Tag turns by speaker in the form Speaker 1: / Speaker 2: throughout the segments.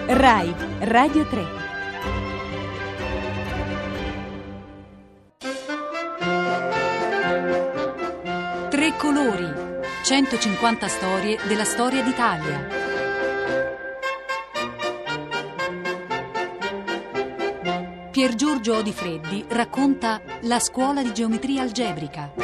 Speaker 1: Rai Radio 3. Tre colori, 150 storie della storia d'Italia. Piergiorgio Odifreddi racconta La scuola di geometria algebrica.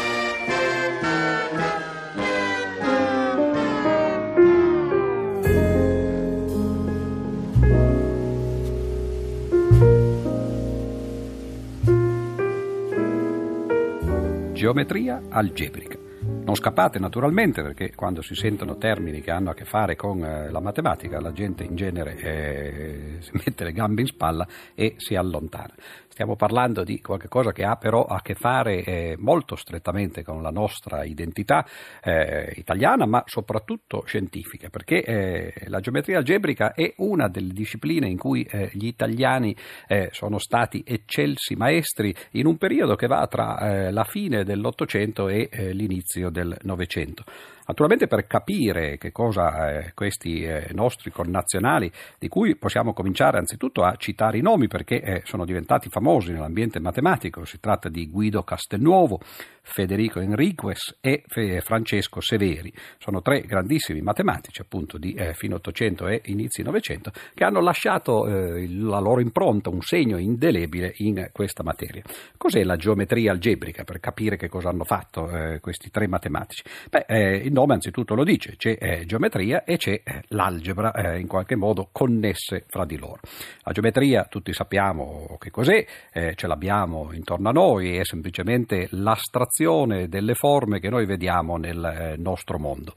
Speaker 2: Geometria algebrica. Non scappate naturalmente, perché quando si sentono termini che hanno a che fare con la matematica la gente in genere si mette le gambe in spalla e si allontana. Stiamo parlando di qualcosa che ha però a che fare molto strettamente con la nostra identità italiana, ma soprattutto scientifica, perché la geometria algebrica è una delle discipline in cui gli italiani sono stati eccelsi maestri in un periodo che va tra la fine dell'Ottocento e l'inizio del Novecento. Naturalmente, per capire che cosa questi nostri connazionali, di cui possiamo cominciare anzitutto a citare i nomi perché sono diventati famosi nell'ambiente matematico, si tratta di Guido Castelnuovo, Federico Enriquez e Francesco Severi. Sono tre grandissimi matematici, appunto, di fine Ottocento e inizi Novecento, che hanno lasciato la loro impronta, un segno indelebile in questa materia. Cos'è la geometria algebrica, per capire che cosa hanno fatto questi tre matematici? Il nome anzitutto lo dice, c'è geometria e c'è l'algebra in qualche modo connesse fra di loro. La geometria tutti sappiamo che cos'è, ce l'abbiamo intorno a noi, è semplicemente l'astrazione delle forme che noi vediamo nel nostro mondo.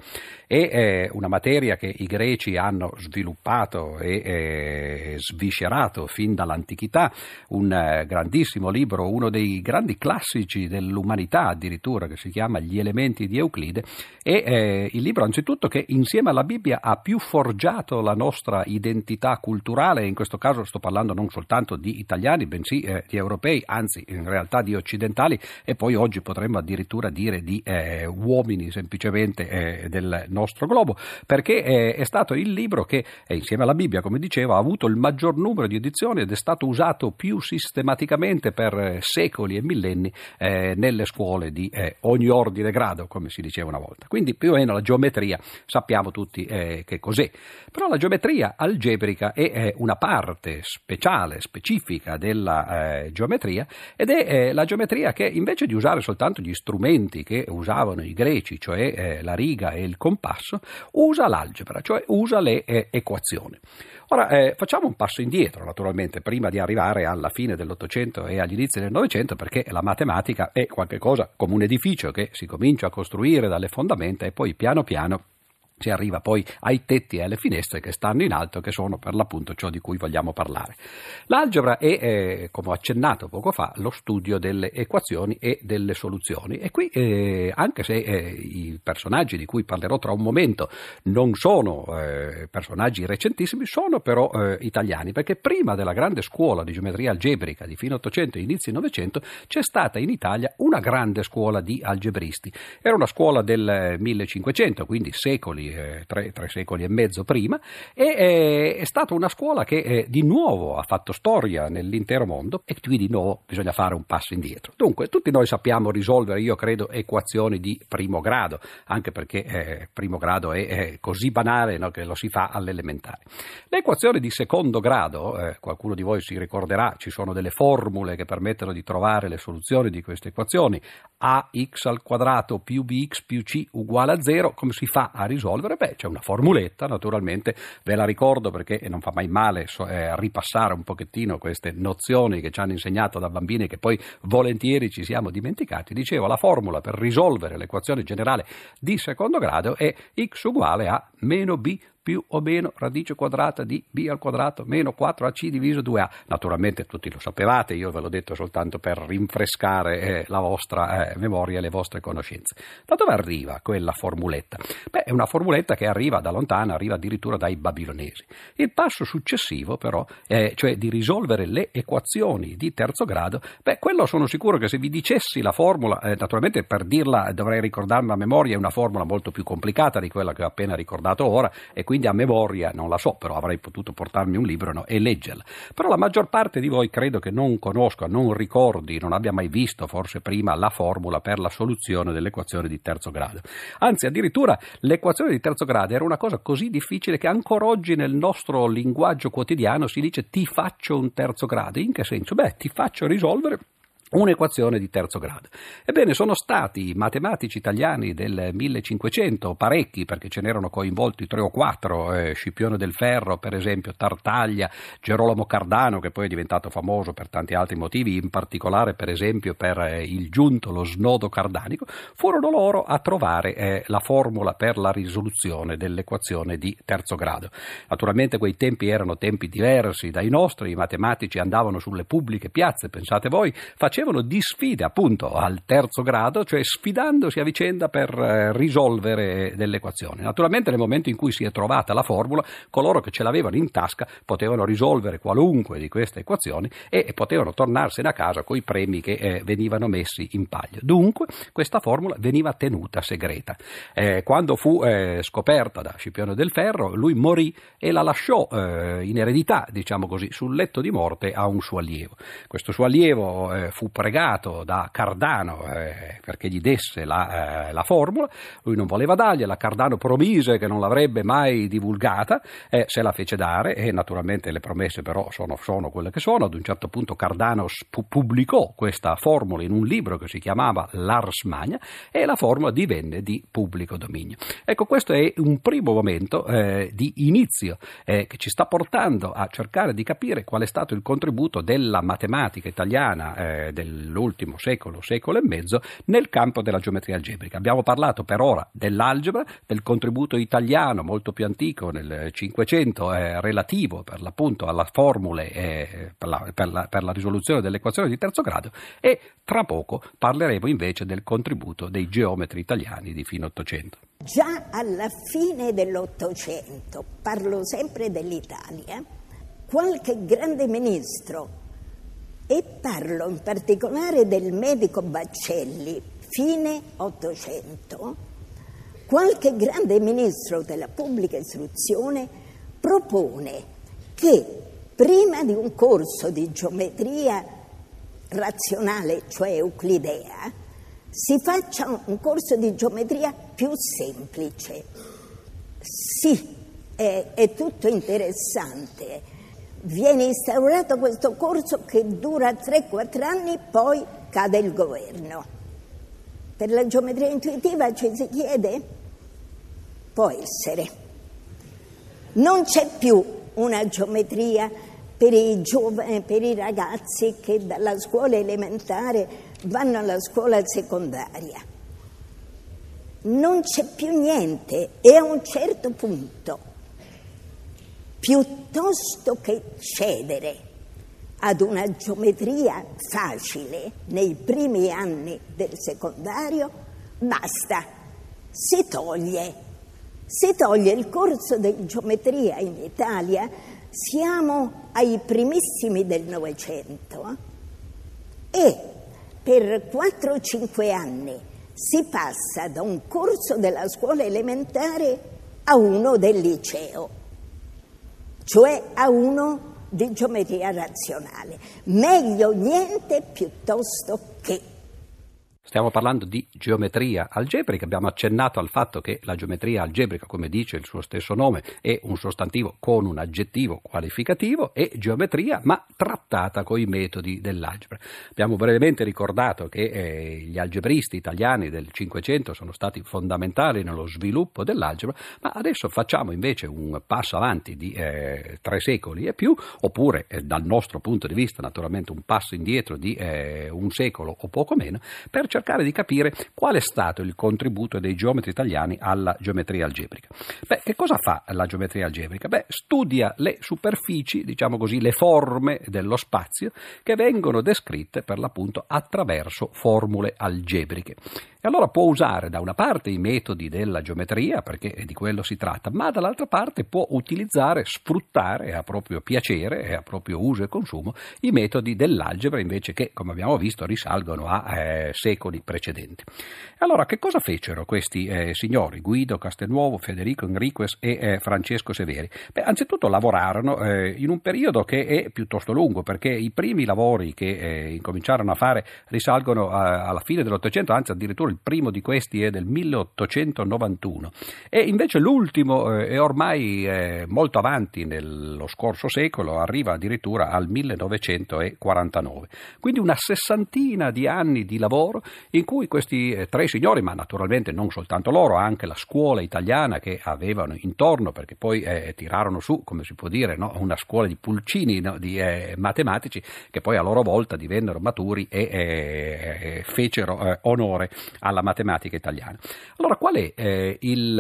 Speaker 2: È una materia che i greci hanno sviluppato e sviscerato fin dall'antichità, un grandissimo libro, uno dei grandi classici dell'umanità addirittura, che si chiama Gli elementi di Euclide, e il libro anzitutto che insieme alla Bibbia ha più forgiato la nostra identità culturale, in questo caso sto parlando non soltanto di italiani, bensì di europei, anzi in realtà di occidentali, e poi oggi potremmo addirittura dire di uomini semplicemente del nostro globo, perché è stato il libro che insieme alla Bibbia, come dicevo, ha avuto il maggior numero di edizioni ed è stato usato più sistematicamente per secoli e millenni nelle scuole di ogni ordine e grado, come si diceva una volta. Quindi più o meno la geometria sappiamo tutti che cos'è, però la geometria algebrica è una parte speciale, specifica della geometria, ed è la geometria che invece di usare soltanto gli strumenti che usavano i greci, cioè la riga e il compasso, usa l'algebra, cioè usa le equazioni. Ora facciamo un passo indietro, naturalmente, prima di arrivare alla fine dell'Ottocento e agli inizi del Novecento, perché la matematica è qualcosa come un edificio che si comincia a costruire dalle fondamenta e poi piano piano si arriva poi ai tetti e alle finestre che stanno in alto, che sono per l'appunto ciò di cui vogliamo parlare. L'algebra è, come ho accennato poco fa, lo studio delle equazioni e delle soluzioni. E qui, anche se i personaggi di cui parlerò tra un momento non sono personaggi recentissimi, sono però italiani, perché prima della grande scuola di geometria algebrica di fine Ottocento e inizi Novecento c'è stata in Italia una grande scuola di algebristi. Era una scuola del 1500, quindi secoli, tre secoli e mezzo prima, e è stata una scuola che di nuovo ha fatto storia nell'intero mondo, e qui di nuovo bisogna fare un passo indietro. Dunque, tutti noi sappiamo risolvere, io credo, equazioni di primo grado, anche perché primo grado è così banale, no, che lo si fa all'elementare. Le equazioni di secondo grado, qualcuno di voi si ricorderà, ci sono delle formule che permettono di trovare le soluzioni di queste equazioni. Ax al quadrato più bx più c uguale a 0, come si fa a risolvere? C'è una formuletta, naturalmente, ve la ricordo perché non fa mai male ripassare un pochettino queste nozioni che ci hanno insegnato da bambini, che poi volentieri ci siamo dimenticati. Dicevo, la formula per risolvere l'equazione generale di secondo grado è x uguale a meno b più o meno radice quadrata di b al quadrato meno 4ac diviso 2a. Naturalmente tutti lo sapevate, io ve l'ho detto soltanto per rinfrescare la vostra memoria e le vostre conoscenze. Da dove arriva quella formuletta? È una formuletta che arriva da lontano, arriva addirittura dai babilonesi. Il passo successivo però, cioè di risolvere le equazioni di terzo grado, quello sono sicuro che se vi dicessi la formula, naturalmente per dirla dovrei ricordarmi a memoria, è una formula molto più complicata di quella che ho appena ricordato ora, e quindi a memoria non la so, però avrei potuto portarmi un libro, no, e leggerla. Però la maggior parte di voi credo che non conosca, non ricordi, non abbia mai visto forse prima la formula per la soluzione dell'equazione di terzo grado. Anzi, addirittura l'equazione di terzo grado era una cosa così difficile che ancora oggi nel nostro linguaggio quotidiano si dice ti faccio un terzo grado. In che senso? Beh, ti faccio risolvere un'equazione di terzo grado. Ebbene, sono stati i matematici italiani del 1500, parecchi, perché ce n'erano coinvolti 3 o 4, Scipione del Ferro, per esempio, Tartaglia, Gerolamo Cardano, che poi è diventato famoso per tanti altri motivi, in particolare, per esempio, per il giunto, lo snodo cardanico, furono loro a trovare la formula per la risoluzione dell'equazione di terzo grado. Naturalmente quei tempi erano tempi diversi dai nostri, i matematici andavano sulle pubbliche piazze, pensate voi, facevano di sfide appunto al terzo grado, cioè sfidandosi a vicenda per risolvere delle equazioni. Naturalmente nel momento in cui si è trovata la formula, coloro che ce l'avevano in tasca potevano risolvere qualunque di queste equazioni e potevano tornarsene a casa coi premi che venivano messi in palio. Dunque questa formula veniva tenuta segreta. Quando fu scoperta da Scipione del Ferro, lui morì e la lasciò in eredità, diciamo così, sul letto di morte a un suo allievo. Questo suo allievo fu pregato da Cardano perché gli desse la formula, lui non voleva dargliela, Cardano promise che non l'avrebbe mai divulgata, se la fece dare e naturalmente le promesse però sono quelle che sono. Ad un certo punto Cardano pubblicò questa formula in un libro che si chiamava l'Ars Magna e la formula divenne di pubblico dominio. Ecco, questo è un primo momento di inizio che ci sta portando a cercare di capire qual è stato il contributo della matematica italiana dell'ultimo secolo e mezzo nel campo della geometria algebrica. Abbiamo parlato per ora dell'algebra, del contributo italiano molto più antico nel Cinquecento relativo per l'appunto alla formule per la risoluzione dell'equazione di terzo grado e tra poco parleremo invece del contributo dei geometri italiani di fine Ottocento.
Speaker 3: Già alla fine dell'Ottocento, parlo sempre dell'Italia, qualche grande ministro, e parlo in particolare del medico Baccelli, fine Ottocento, qualche grande ministro della pubblica istruzione propone che prima di un corso di geometria razionale, cioè euclidea, si faccia un corso di geometria più semplice. Sì, è tutto interessante. Viene instaurato questo corso che dura 3-4 anni, poi cade il governo. Per la geometria intuitiva ci si chiede? Può essere. Non c'è più una geometria per i ragazzi che dalla scuola elementare vanno alla scuola secondaria. Non c'è più niente e a un certo punto, piuttosto che cedere ad una geometria facile nei primi anni del secondario, basta, si toglie il corso di geometria in Italia, siamo ai primissimi del Novecento e per 4 o 5 anni si passa da un corso della scuola elementare a uno del liceo, cioè a uno di geometria razionale. Meglio niente piuttosto che.
Speaker 2: Stiamo parlando di geometria algebrica, abbiamo accennato al fatto che la geometria algebrica, come dice il suo stesso nome, è un sostantivo con un aggettivo qualificativo, è geometria ma trattata con i metodi dell'algebra. Abbiamo brevemente ricordato che gli algebristi italiani del Cinquecento sono stati fondamentali nello sviluppo dell'algebra, ma adesso facciamo invece un passo avanti di 3 secoli e più, oppure dal nostro punto di vista naturalmente un passo indietro di un secolo o poco meno, per cercare di capire qual è stato il contributo dei geometri italiani alla geometria algebrica. Che cosa fa la geometria algebrica? Studia le superfici, diciamo così, le forme dello spazio che vengono descritte per l'appunto attraverso formule algebriche. E allora può usare da una parte i metodi della geometria, perché di quello si tratta, ma dall'altra parte può utilizzare, sfruttare a proprio piacere e a proprio uso e consumo i metodi dell'algebra, invece, che, come abbiamo visto, risalgono a secoli precedenti. Allora, che cosa fecero questi signori, Guido Castelnuovo, Federico Enriquez e Francesco Severi? Beh, anzitutto lavorarono in un periodo che è piuttosto lungo, perché i primi lavori che incominciarono a fare risalgono alla fine dell'Ottocento, anzi addirittura il primo di questi è del 1891, e invece l'ultimo è ormai molto avanti nello scorso secolo, arriva addirittura al 1949, quindi una sessantina di anni di lavoro in cui questi tre signori, ma naturalmente non soltanto loro, anche la scuola italiana che avevano intorno, perché poi tirarono su, come si può dire, no? Una scuola di pulcini, no? Di matematici, che poi a loro volta divennero maturi e fecero onore alla matematica italiana. Allora, qual è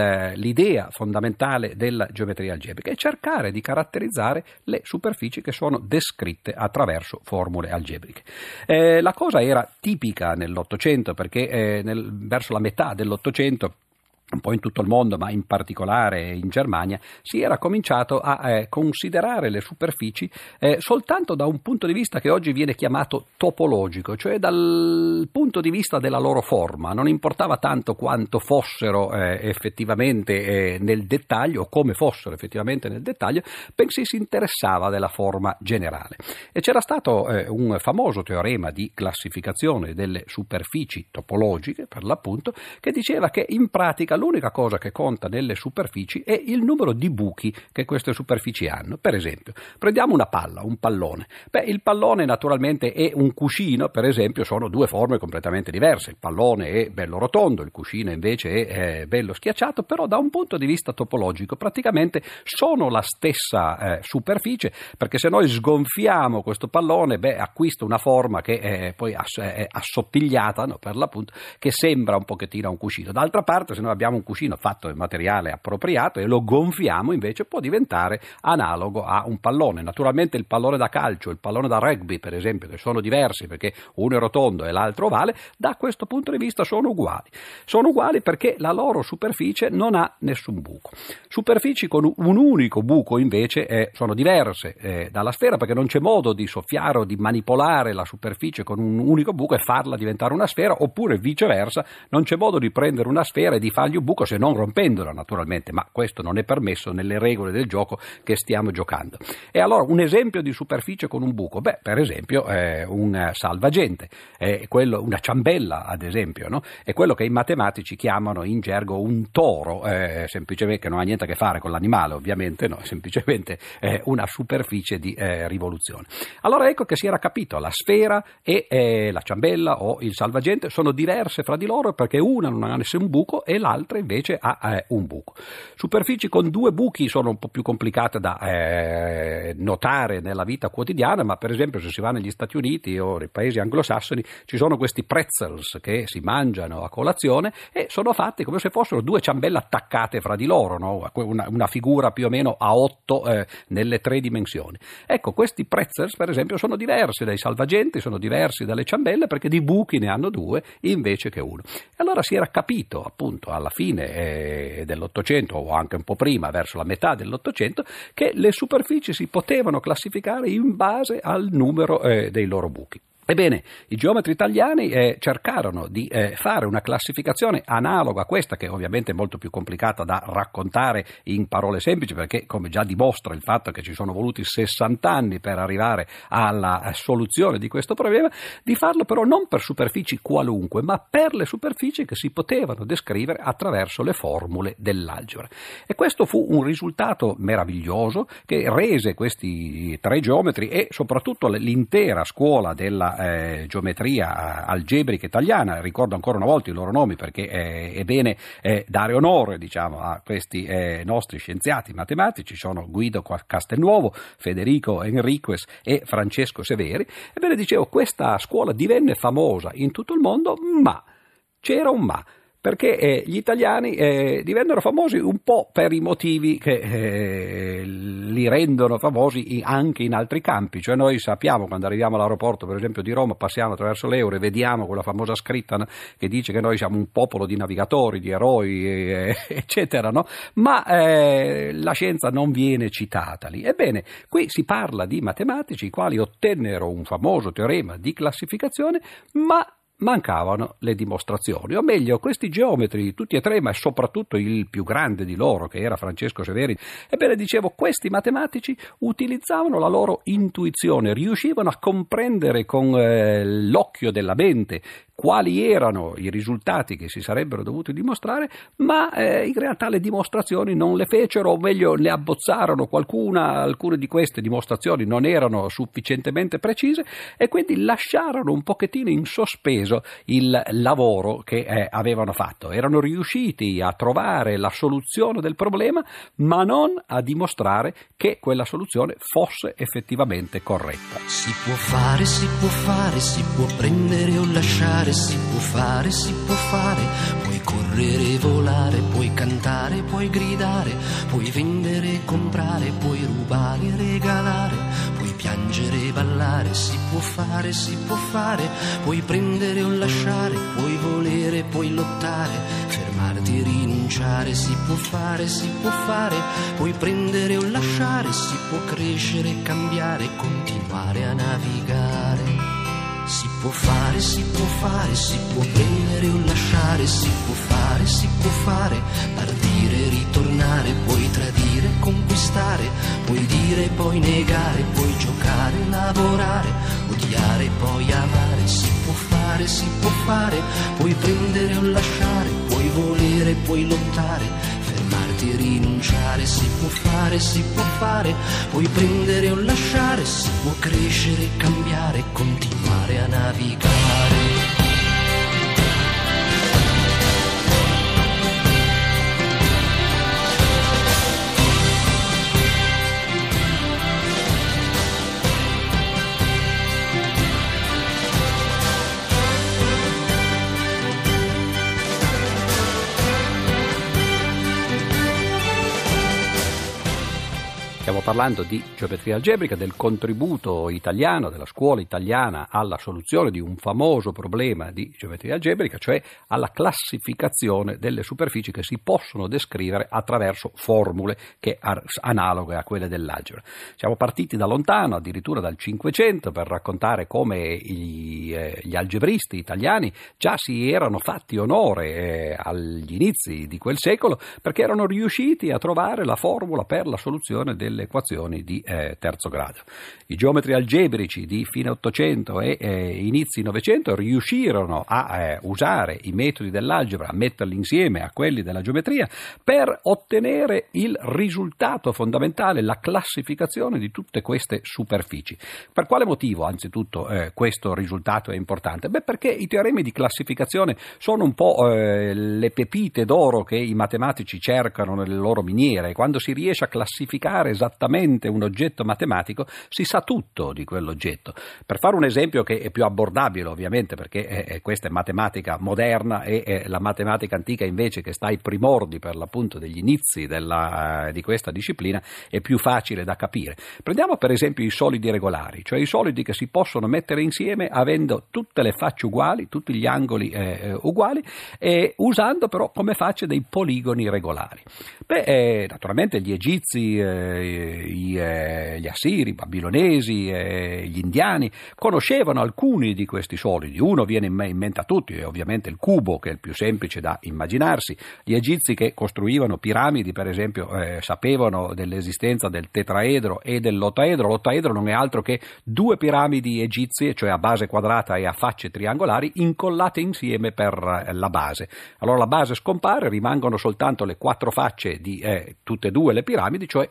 Speaker 2: l'idea fondamentale della geometria algebrica? È cercare di caratterizzare le superfici che sono descritte attraverso formule algebriche. La cosa era tipica nell'Ottocento, perché verso la metà dell'Ottocento, un po' in tutto il mondo, ma in particolare in Germania, si era cominciato a considerare le superfici soltanto da un punto di vista che oggi viene chiamato topologico, cioè dal punto di vista della loro forma. Non importava tanto quanto fossero effettivamente nel dettaglio, o come fossero effettivamente nel dettaglio, bensì si interessava della forma generale. E c'era stato un famoso teorema di classificazione delle superfici topologiche, per l'appunto, che diceva che in pratica l'unica cosa che conta nelle superfici è il numero di buchi che queste superfici hanno. Per esempio, prendiamo una palla, un pallone. Il pallone naturalmente è un cuscino, per esempio, sono due forme completamente diverse. Il pallone è bello rotondo, il cuscino invece è bello schiacciato, però da un punto di vista topologico praticamente sono la stessa superficie, perché se noi sgonfiamo questo pallone, acquista una forma che poi è assottigliata, no, per l'appunto, che sembra un pochettino un cuscino. D'altra parte, se noi abbiamo un cuscino fatto in materiale appropriato e lo gonfiamo, invece può diventare analogo a un pallone. Naturalmente il pallone da calcio e il pallone da rugby, per esempio, che sono diversi perché uno è rotondo e l'altro ovale, da questo punto di vista sono uguali. Sono uguali perché la loro superficie non ha nessun buco. Superfici con un unico buco invece sono diverse dalla sfera, perché non c'è modo di soffiare o di manipolare la superficie con un unico buco e farla diventare una sfera, oppure viceversa, non c'è modo di prendere una sfera e di fargli un buco, se non rompendola naturalmente, ma questo non è permesso nelle regole del gioco che stiamo giocando. E allora un esempio di superficie con un buco, per esempio un salvagente, una ciambella ad esempio, no? È quello che i matematici chiamano in gergo un toro, semplicemente, che non ha niente a che fare con l'animale ovviamente, no? È semplicemente una superficie di rivoluzione. Allora ecco che si era capito, la sfera e la ciambella o il salvagente sono diverse fra di loro, perché una non ha nessun buco e l'altra invece ha un buco. Superfici con due buchi sono un po' più complicate da notare nella vita quotidiana, ma per esempio se si va negli Stati Uniti o nei paesi anglosassoni ci sono questi pretzels che si mangiano a colazione e sono fatti come se fossero due ciambelle attaccate fra di loro, no? Una figura più o meno a 8 nelle 3 dimensioni. Ecco, questi pretzels per esempio sono diversi dai salvagenti, sono diversi dalle ciambelle, perché di buchi ne hanno 2 invece che uno. E allora si era capito appunto alla fine dell'Ottocento, o anche un po' prima, verso la metà dell'Ottocento, che le superfici si potevano classificare in base al numero dei loro buchi. Ebbene, i geometri italiani cercarono di fare una classificazione analoga a questa, che ovviamente è molto più complicata da raccontare in parole semplici, perché, come già dimostra il fatto che ci sono voluti 60 anni per arrivare alla soluzione di questo problema, di farlo però non per superfici qualunque, ma per le superfici che si potevano descrivere attraverso le formule dell'algebra. E questo fu un risultato meraviglioso che rese questi tre geometri e soprattutto l'intera scuola della geometria algebrica italiana. Ricordo ancora una volta i loro nomi, perché è bene dare onore, diciamo, a questi nostri scienziati matematici. Sono Guido Castelnuovo, Federico Enriquez e Francesco Severi. Ebbene, dicevo, questa scuola divenne famosa in tutto il mondo, ma c'era un ma. perché gli italiani divennero famosi un po' per i motivi che li rendono famosi anche in altri campi. Cioè noi sappiamo, quando arriviamo all'aeroporto per esempio di Roma, passiamo attraverso l'Euro e vediamo quella famosa scritta, no, che dice che noi siamo un popolo di navigatori, di eroi, eccetera, no? Ma la scienza non viene citata lì. Ebbene, qui si parla di matematici i quali ottennero un famoso teorema di classificazione, ma mancavano le dimostrazioni, o meglio, questi geometri, tutti e tre, ma soprattutto il più grande di loro, che era Francesco Severi, ebbene, dicevo, questi matematici utilizzavano la loro intuizione, riuscivano a comprendere con l'occhio della mente quali erano i risultati che si sarebbero dovuti dimostrare, ma in realtà le dimostrazioni non le fecero, o meglio le abbozzarono alcune di queste dimostrazioni non erano sufficientemente precise e quindi lasciarono un pochettino in sospeso il lavoro che avevano fatto. Erano riusciti a trovare la soluzione del problema, ma non a dimostrare che quella soluzione fosse effettivamente corretta.
Speaker 4: Si può fare, si può prendere o lasciare, si può fare, puoi correre, volare, puoi cantare, puoi gridare, puoi vendere, comprare, puoi rubare, regalare, puoi piangere, ballare, si può fare, puoi prendere o lasciare, puoi volere, puoi lottare, fermarti e rinunciare, si può fare, puoi prendere o lasciare, si può crescere, cambiare, continuare a navigare. Si può fare, si può prendere o lasciare, si può fare, partire, ritornare, puoi tradire, conquistare, puoi dire, puoi negare, puoi giocare, lavorare, odiare, poi amare, si può fare, puoi prendere o lasciare, puoi volere, puoi lottare, fermarti e rinunciare, si può fare, puoi prendere o lasciare, si può crescere, cambiare, continuare a navigare.
Speaker 2: Stiamo parlando di geometria algebrica, del contributo italiano, della scuola italiana alla soluzione di un famoso problema di geometria algebrica, cioè alla classificazione delle superfici che si possono descrivere attraverso formule che analoghe a quelle dell'algebra. Siamo partiti da lontano, addirittura dal Cinquecento, per raccontare come gli algebristi italiani già si erano fatti onore agli inizi di quel secolo, perché erano riusciti a trovare la formula per la soluzione delle equazioni di terzo grado. I geometri algebrici di fine Ottocento e inizi Novecento riuscirono a usare i metodi dell'algebra, a metterli insieme a quelli della geometria per ottenere il risultato fondamentale, la classificazione di tutte queste superfici. Per quale motivo, anzitutto, questo risultato è importante? Beh, perché i teoremi di classificazione sono un po' le pepite d'oro che i matematici cercano nelle loro miniere. Quando si riesce a classificare esattamente un oggetto matematico, si sa tutto di quell'oggetto. Per fare un esempio che è più abbordabile, ovviamente, perché questa è matematica moderna e la matematica antica invece, che sta ai primordi per l'appunto degli inizi di questa disciplina, è più facile da capire. Prendiamo per esempio i solidi regolari, cioè i solidi che si possono mettere insieme avendo tutte le facce uguali, tutti gli angoli uguali, usando però come facce dei poligoni regolari. Beh, naturalmente gli egizi, gli assiri, i babilonesi, gli indiani conoscevano alcuni di questi solidi. Uno viene in mente a tutti, è ovviamente il cubo, che è il più semplice da immaginarsi. Gli egizi che costruivano piramidi, per esempio, sapevano dell'esistenza del tetraedro e dell'ottaedro. L'ottaedro non è altro che due piramidi egizie, cioè a base quadrata e a facce triangolari, incollate insieme per la base. Allora la base scompare, rimangono soltanto le quattro facce di tutte e due le piramidi, cioè 8 facce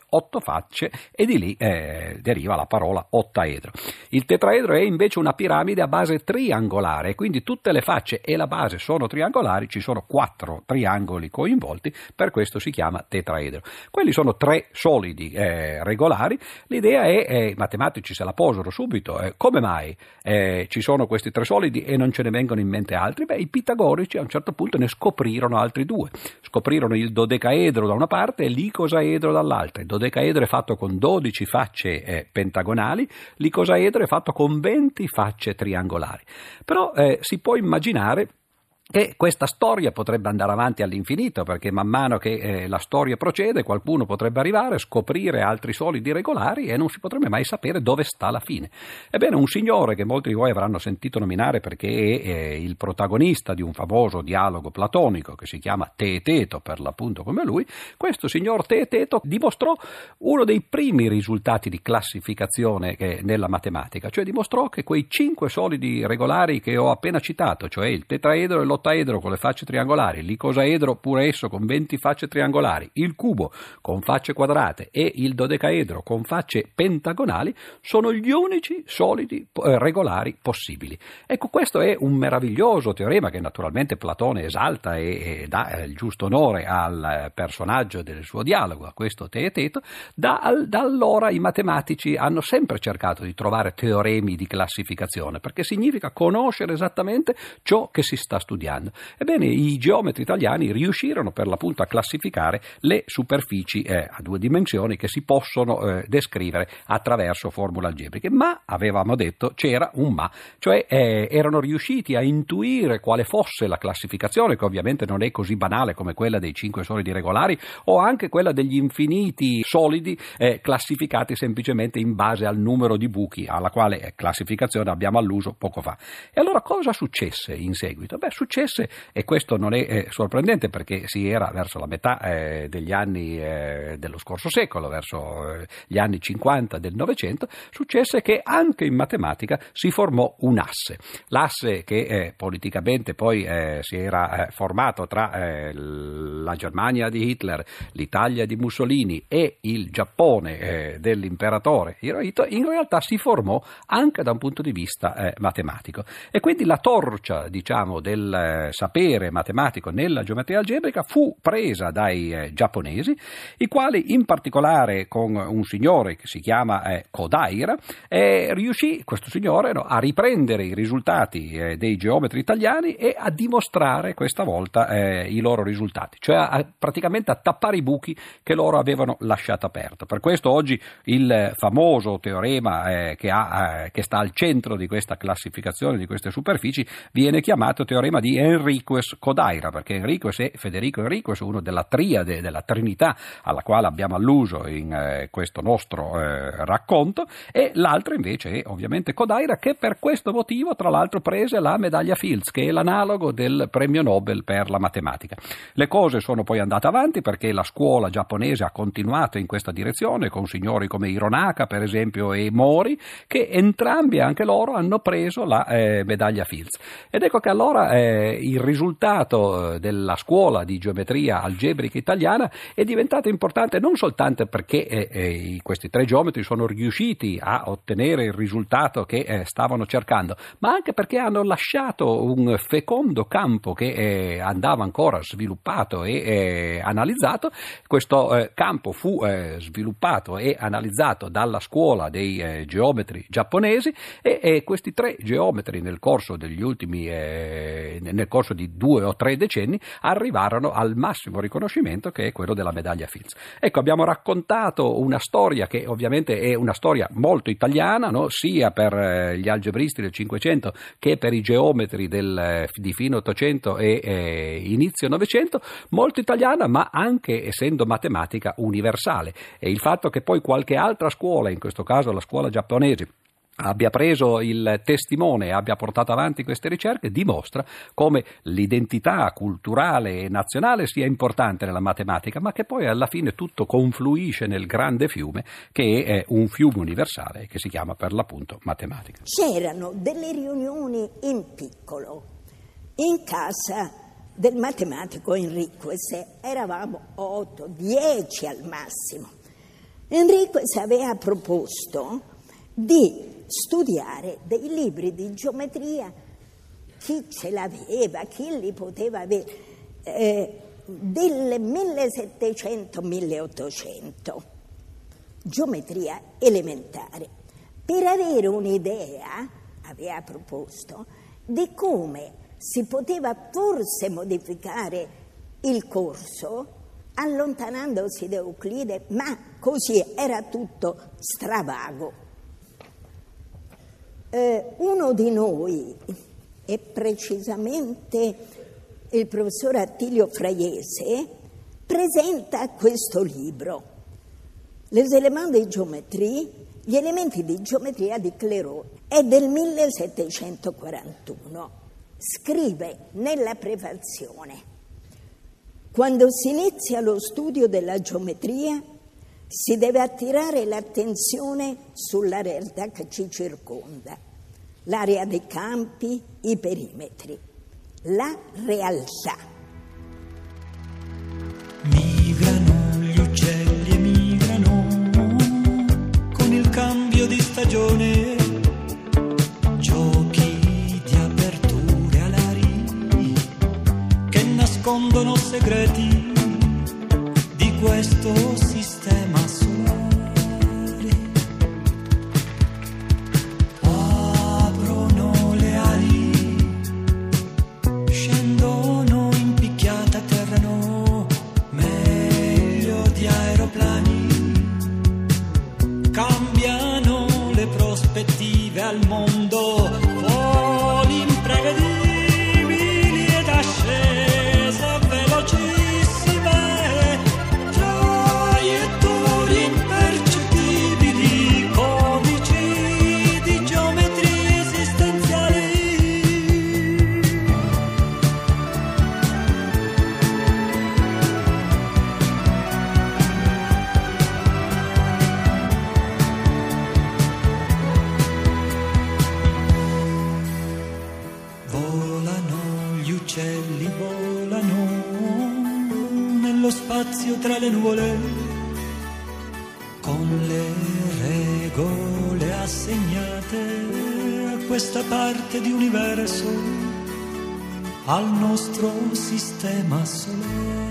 Speaker 2: facce, e di lì deriva la parola ottaedro. Il tetraedro è invece una piramide a base triangolare, quindi tutte le facce e la base sono triangolari, ci sono 4 triangoli coinvolti, per questo si chiama tetraedro. Quelli sono 3 solidi regolari. L'idea è, i matematici se la posano subito, come mai ci sono questi 3 solidi e non ce ne vengono in mente altri? I pitagorici a un certo punto ne scoprirono altri 2. Scoprirono il dodecaedro da una parte e l'icosaedro dall'altra. Il dodecaedro è fatto con 12 facce pentagonali, l'icosaedro è fatto con 20 facce triangolari. Però si può immaginare che questa storia potrebbe andare avanti all'infinito, perché man mano che la storia procede qualcuno potrebbe arrivare a scoprire altri solidi regolari e non si potrebbe mai sapere dove sta la fine. Ebbene, un signore che molti di voi avranno sentito nominare perché è il protagonista di un famoso dialogo platonico che si chiama Teeteto, per l'appunto come lui, questo signor Teeteto dimostrò uno dei primi risultati di classificazione nella matematica, cioè dimostrò che quei 5 solidi regolari che ho appena citato, cioè il tetraedro e l'ottaedro con le facce triangolari, l'icosaedro pure esso con 20 facce triangolari, il cubo con facce quadrate e il dodecaedro con facce pentagonali sono gli unici solidi regolari possibili. Ecco, questo è un meraviglioso teorema che naturalmente Platone esalta e dà il giusto onore al personaggio del suo dialogo, a questo Teeteto. Da allora i matematici hanno sempre cercato di trovare teoremi di classificazione, perché significa conoscere esattamente ciò che si sta studiando. Ebbene, i geometri italiani riuscirono per l'appunto a classificare le superfici a 2 dimensioni che si possono descrivere attraverso formule algebriche, ma avevamo detto c'era un ma, cioè erano riusciti a intuire quale fosse la classificazione, che ovviamente non è così banale come quella dei 5 solidi regolari o anche quella degli infiniti solidi classificati semplicemente in base al numero di buchi, alla quale classificazione abbiamo alluso poco fa. E allora cosa successe in seguito? Successe, e questo non è sorprendente perché si era verso la metà degli anni dello scorso secolo, verso gli anni 50 del Novecento, successe che anche in matematica si formò un asse. L'asse che politicamente poi si era formato tra la Germania di Hitler, l'Italia di Mussolini e il Giappone dell'imperatore Hirohito, in realtà si formò anche da un punto di vista matematico. E quindi la torcia, diciamo, del sapere matematico nella geometria algebrica fu presa dai giapponesi, i quali in particolare con un signore che si chiama Kodaira riuscì questo signore a riprendere i risultati dei geometri italiani e a dimostrare questa volta i loro risultati, cioè praticamente a tappare i buchi che loro avevano lasciato aperto. Per questo oggi il famoso teorema che sta al centro di questa classificazione di queste superfici viene chiamato teorema di Enriquez-Kodaira, perché Enriquez e Federico Enriquez, uno della triade, della Trinità alla quale abbiamo alluso in questo nostro racconto, e l'altro invece è ovviamente Kodaira, che per questo motivo tra l'altro prese la medaglia Fields, che è l'analogo del premio Nobel per la matematica. Le cose sono poi andate avanti perché la scuola giapponese ha continuato in questa direzione con signori come Hironaka per esempio e Mori, che entrambi anche loro hanno preso la medaglia Fields. Ed ecco che allora il risultato della scuola di geometria algebrica italiana è diventato importante non soltanto perché questi 3 geometri sono riusciti a ottenere il risultato che stavano cercando, ma anche perché hanno lasciato un fecondo campo che andava ancora sviluppato e analizzato. Questo campo fu sviluppato e analizzato dalla scuola dei geometri giapponesi e questi 3 geometri nel corso degli ultimi nel corso di 2 o 3 decenni arrivarono al massimo riconoscimento, che è quello della medaglia Fields. Ecco, abbiamo raccontato una storia che ovviamente è una storia molto italiana, no? Sia per gli algebristi del Cinquecento che per i geometri di fine Ottocento e inizio Novecento, molto italiana, ma anche essendo matematica universale. E il fatto che poi qualche altra scuola, in questo caso la scuola giapponese, abbia preso il testimone e abbia portato avanti queste ricerche dimostra come l'identità culturale e nazionale sia importante nella matematica, ma che poi alla fine tutto confluisce nel grande fiume che è un fiume universale che si chiama per l'appunto matematica.
Speaker 3: C'erano delle riunioni in piccolo in casa del matematico Enriquez, eravamo 8, 10 al massimo. Enriquez aveva proposto di studiare dei libri di geometria, chi ce l'aveva, chi li poteva avere, del 1700-1800, geometria elementare, per avere un'idea, aveva proposto, di come si poteva forse modificare il corso allontanandosi da Euclide, ma così era tutto stravago. Uno di noi, e precisamente il professor Attilio Fraiese, presenta questo libro, Les éléments de géométrie, gli elementi di geometria di Clairaut, è del 1741. Scrive nella prefazione: quando si inizia lo studio della geometria si deve attirare l'attenzione sulla realtà che ci circonda, l'area dei campi, i perimetri, la realtà.
Speaker 5: Migrano gli uccelli, migrano con il cambio di stagione, giochi di aperture alari che nascondono segreti di questo sistema solare. Aprono le ali, scendono in picchiata, atterrano meglio di aeroplani, cambiano le prospettive al mondo, voli imprevedibili ed ascese velocissime, traiettorie impercettibili, codici di geometrie esistenziali. Volano gli uccelli, volano nello spazio tra le nuvole, con le regole assegnate a questa parte di universo, al nostro sistema solare.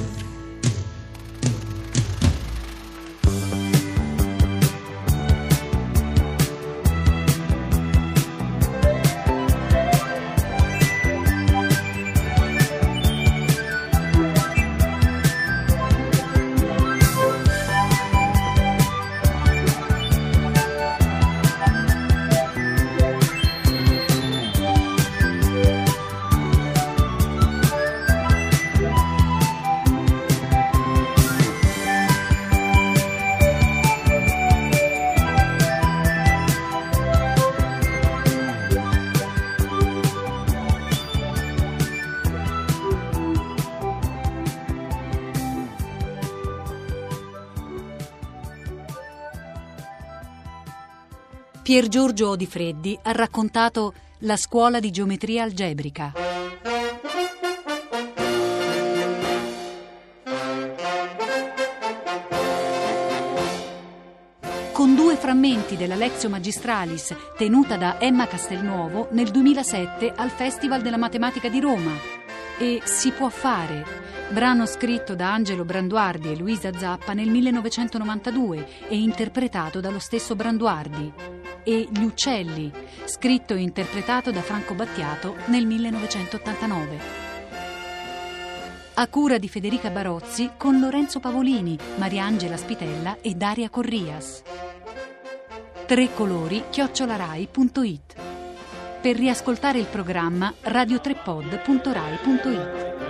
Speaker 1: Pier Giorgio Odifreddi ha raccontato La scuola di geometria algebrica. Con 2 frammenti della Lectio Magistralis tenuta da Emma Castelnuovo nel 2007 al Festival della Matematica di Roma, e Si può fare, brano scritto da Angelo Branduardi e Luisa Zappa nel 1992 e interpretato dallo stesso Branduardi, e Gli uccelli, scritto e interpretato da Franco Battiato nel 1989. A cura di Federica Barozzi con Lorenzo Pavolini, Mariangela Spitella e Daria Corrias. trecolori@rai.it. Per riascoltare il programma radiotrepod.rai.it.